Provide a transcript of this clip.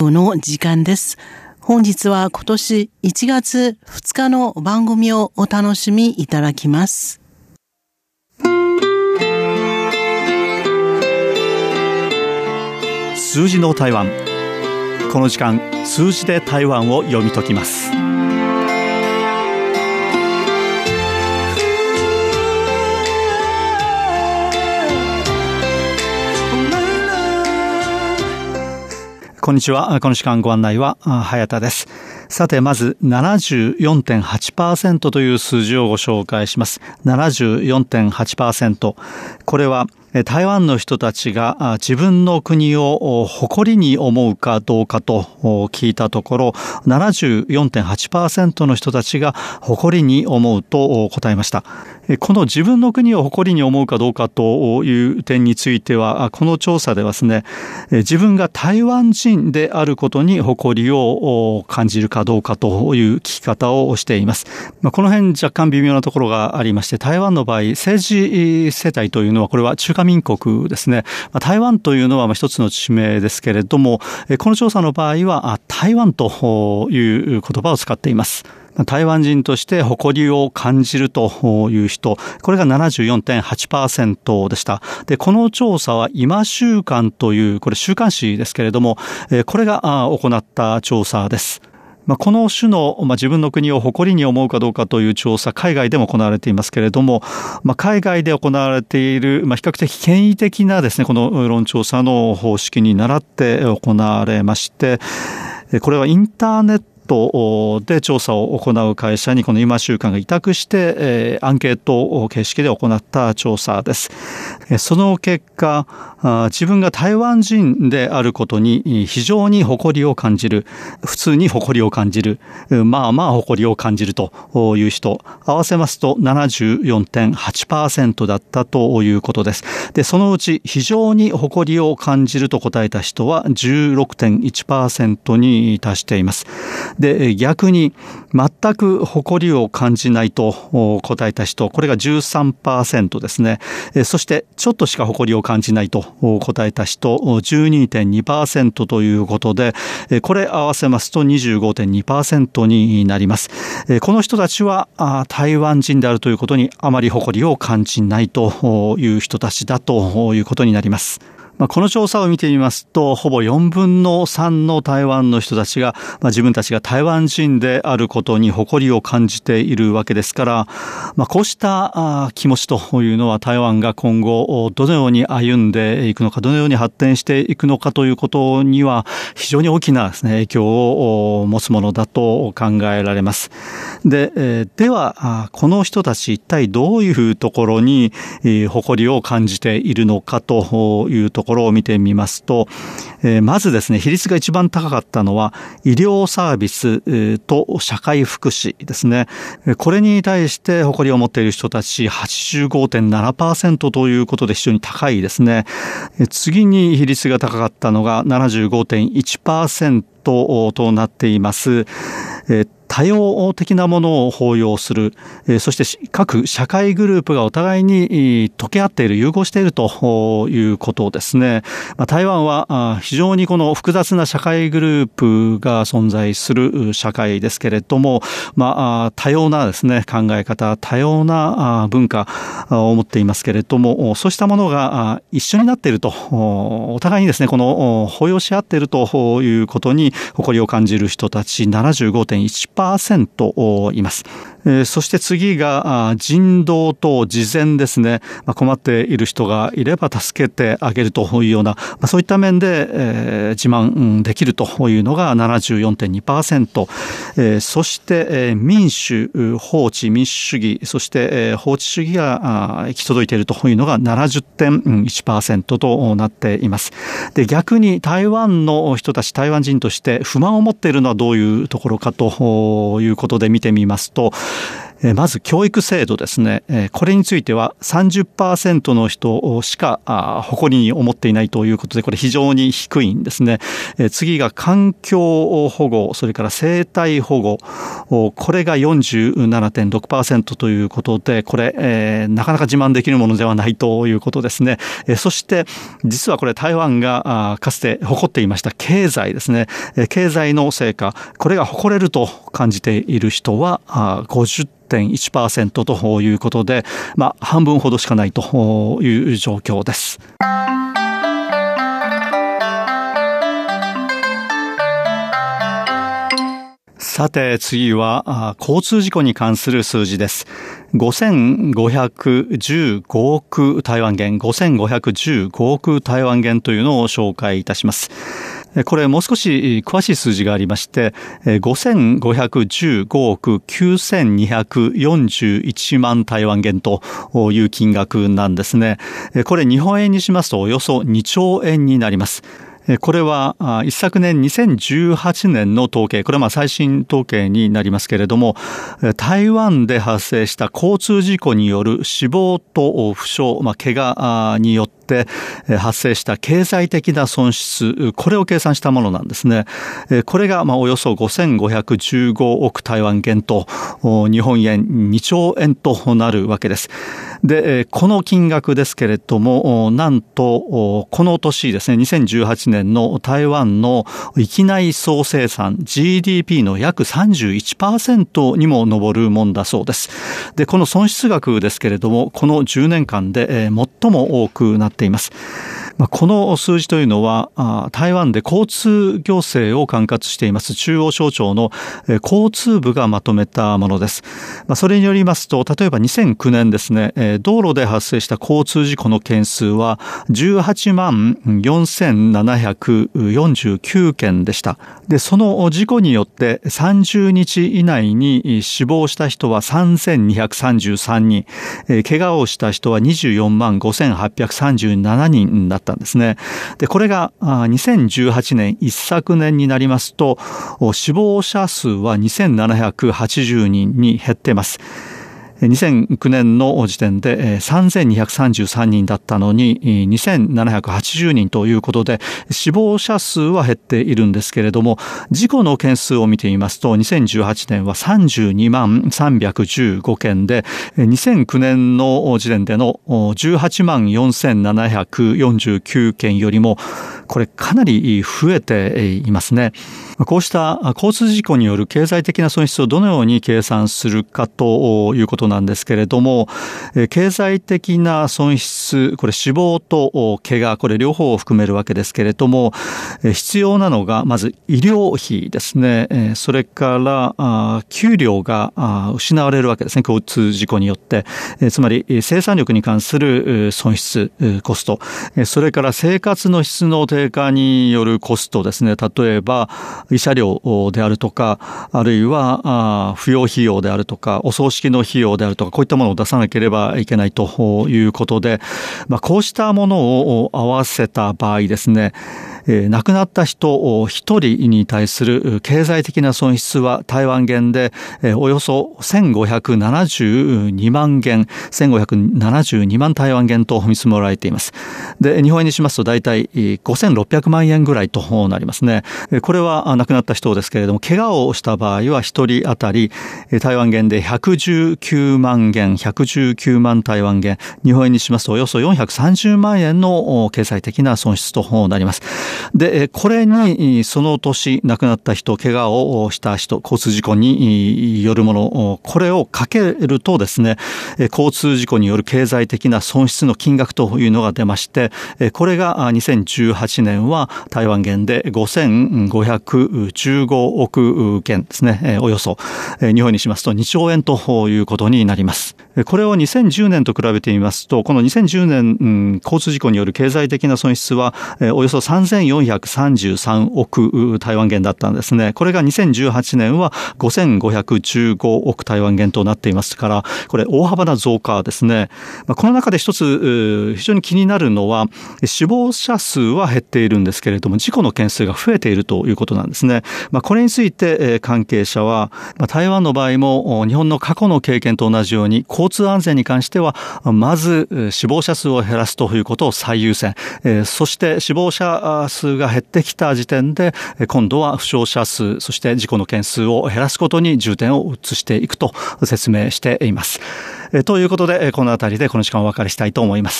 オの時間です。本日は今年1月2日の番組をお楽しみいただきます。 数字の台湾。この時間、数字で台湾を読み解きます。こんにちは。この時間ご案内は早田です。さて、まず 74.8% という数字をご紹介します。74.8%。これは台湾の人たちが自分の国を誇りに思うかどうかと聞いたところ、74.8% の人たちが誇りに思うと答えました。この自分の国を誇りに思うかどうかという点については、この調査ではですね、自分が台湾人であることに誇りを感じるかどうかという聞き方をしています。この辺若干微妙なところがありまして、台湾の場合、政治世帯というのはこれは中華民国ですね。台湾というのは一つの地名ですけれども、この調査の場合は台湾という言葉を使っています。台湾人として誇りを感じるという人、これが 74.8% でした。で、この調査は今週刊という、これ週刊誌ですけれども、これが行った調査です。この種の自分の国を誇りに思うかどうかという調査、海外でも行われていますけれども、海外で行われている比較的権威的なですね、この世論調査の方式に倣って行われまして、これはインターネットで調査を行う会社にこの今週刊が委託してアンケート形式で行った調査です。その結果、自分が台湾人であることに非常に誇りを感じる、普通に誇りを感じる、誇りを感じるという人、合わせますと 74.8% だったということです。で、そのうち非常に誇りを感じると答えた人は 16.1% に達しています。で、逆に全く誇りを感じないと答えた人、これが 13% ですね。そしてちょっとしか誇りを感じないと答えた人 12.2% ということで、これ合わせますと 25.2% になります。この人たちは台湾人であるということにあまり誇りを感じないという人たちだということになります。この調査を見てみますと、ほぼ4分の3の台湾の人たちが、自分たちが台湾人であることに誇りを感じているわけですから、こうした気持ちというのは台湾が今後どのように歩んでいくのか、どのように発展していくのかということには非常に大きなですね、影響を持つものだと考えられます。では、この人たち一体どういうところに誇りを感じているのかというところを見てみますと、まずですね、比率が一番高かったのは医療サービスと社会福祉ですね。これに対して誇りを持っている人たち 85.7% ということで非常に高いですね。次に比率が高かったのが 75.1% となっています。多様的なものを包容する、そして各社会グループがお互いに溶け合っている、融合しているということですね。台湾は非常にこの複雑な社会グループが存在する社会ですけれども、多様なですね、考え方、多様な文化を持っていますけれども、そうしたものが一緒になっていると、お互いにですね、この包容し合っているということに誇りを感じる人たち 75.1% います。そして次が人道と慈善ですね。困っている人がいれば助けてあげるというような、そういった面で自慢できるというのが 74.2%。そして民主、法治、民主主義、そして法治主義が行き届いているというのが 70.1% となっています。で、逆に台湾の人たち、台湾人として不満を持っているのはどういうところかということで見てみますと、 まず教育制度ですね。これについては 30% の人しか誇りに思っていないということで、これ非常に低いんですね。次が環境保護、それから生態保護、これが 47.6% ということで、これ、なかなか自慢できるものではないということですね。そして実はこれ台湾がかつて誇っていました経済ですね。経済の成果、これが誇れると感じている人は50.1% ということで、半分ほどしかないという状況です。さて次は交通事故に関する数字です。5515億台湾元、5515億台湾元というのを紹介いたします。これもう少し詳しい数字がありまして、5515億9241万台湾元という金額なんですね。これ日本円にしますとおよそ2兆円になります。これは一昨年2018年の統計、これは最新統計になりますけれども、台湾で発生した交通事故による死亡と負傷、怪我によって発生した経済的な損失、これを計算したものなんですね。これがおよそ5515億台湾元と日本円2兆円となるわけです。で、この金額ですけれども、なんとこの年ですね、2018年の台湾の域内総生産 GDP の約 31% にも上るもんだそうです。で、この損失額ですけれども、この10年間で最も多くなっています。この数字というのは台湾で交通行政を管轄しています中央省庁の交通部がまとめたものです。それによりますと、例えば2009年ですね、道路で発生した交通事故の件数は18万4749件でした。で、その事故によって30日以内に死亡した人は3233人、怪我をした人は24万5837人だったんですね。で、これが2018年一昨年になりますと、死亡者数は2780人に減っています。2009年の時点で3233人だったのに2780人ということで、死亡者数は減っているんですけれども、事故の件数を見てみますと2018年は32万315件で、2009年の時点での18万4749件よりもこれかなり増えていますね。こうした交通事故による経済的な損失をどのように計算するかということなんですけれども、経済的な損失、これ死亡と怪我、これ両方を含めるわけですけれども、必要なのがまず医療費ですね。それから給料が失われるわけですね、交通事故によって。つまり生産力に関する損失、コスト、それから生活の質の低下によるコストですね。例えば慰謝料であるとか、あるいは扶養費用であるとか、お葬式の費用であるとか、こういったものを出さなければいけないということで、こうしたものを合わせた場合ですね、亡くなった人一人に対する経済的な損失は台湾元でおよそ1572万元、1572万台湾元と見積もられています。で、日本円にしますと大体5600万円ぐらいとなりますね。これは亡くなった人ですけれども、怪我をした場合は一人当たり台湾元で119万元、119万台湾元、日本円にしますとおよそ430万円の経済的な損失となります。で、これにその年亡くなった人、怪我をした人、交通事故によるもの、これをかけるとですね、交通事故による経済的な損失の金額というのが出まして、これが2018年は台湾元で5515億元ですね、およそ日本にしますと2兆円ということにになります。これを2010年と比べてみますと、この2010年、交通事故による経済的な損失は、およそ3433億台湾元だったんですね。これが2018年は5515億台湾元となっていますから、これ大幅な増加ですね。この中で一つ非常に気になるのは、死亡者数は減っているんですけれども、事故の件数が増えているということなんですね。これについて関係者は、台湾の場合も日本の過去の経験と同じように、交通安全に関してはまず死亡者数を減らすということを最優先、そして死亡者数が減ってきた時点で今度は負傷者数、そして事故の件数を減らすことに重点を移していくと説明しています。ということでこのあたりでこの時間をお別れしたいと思います。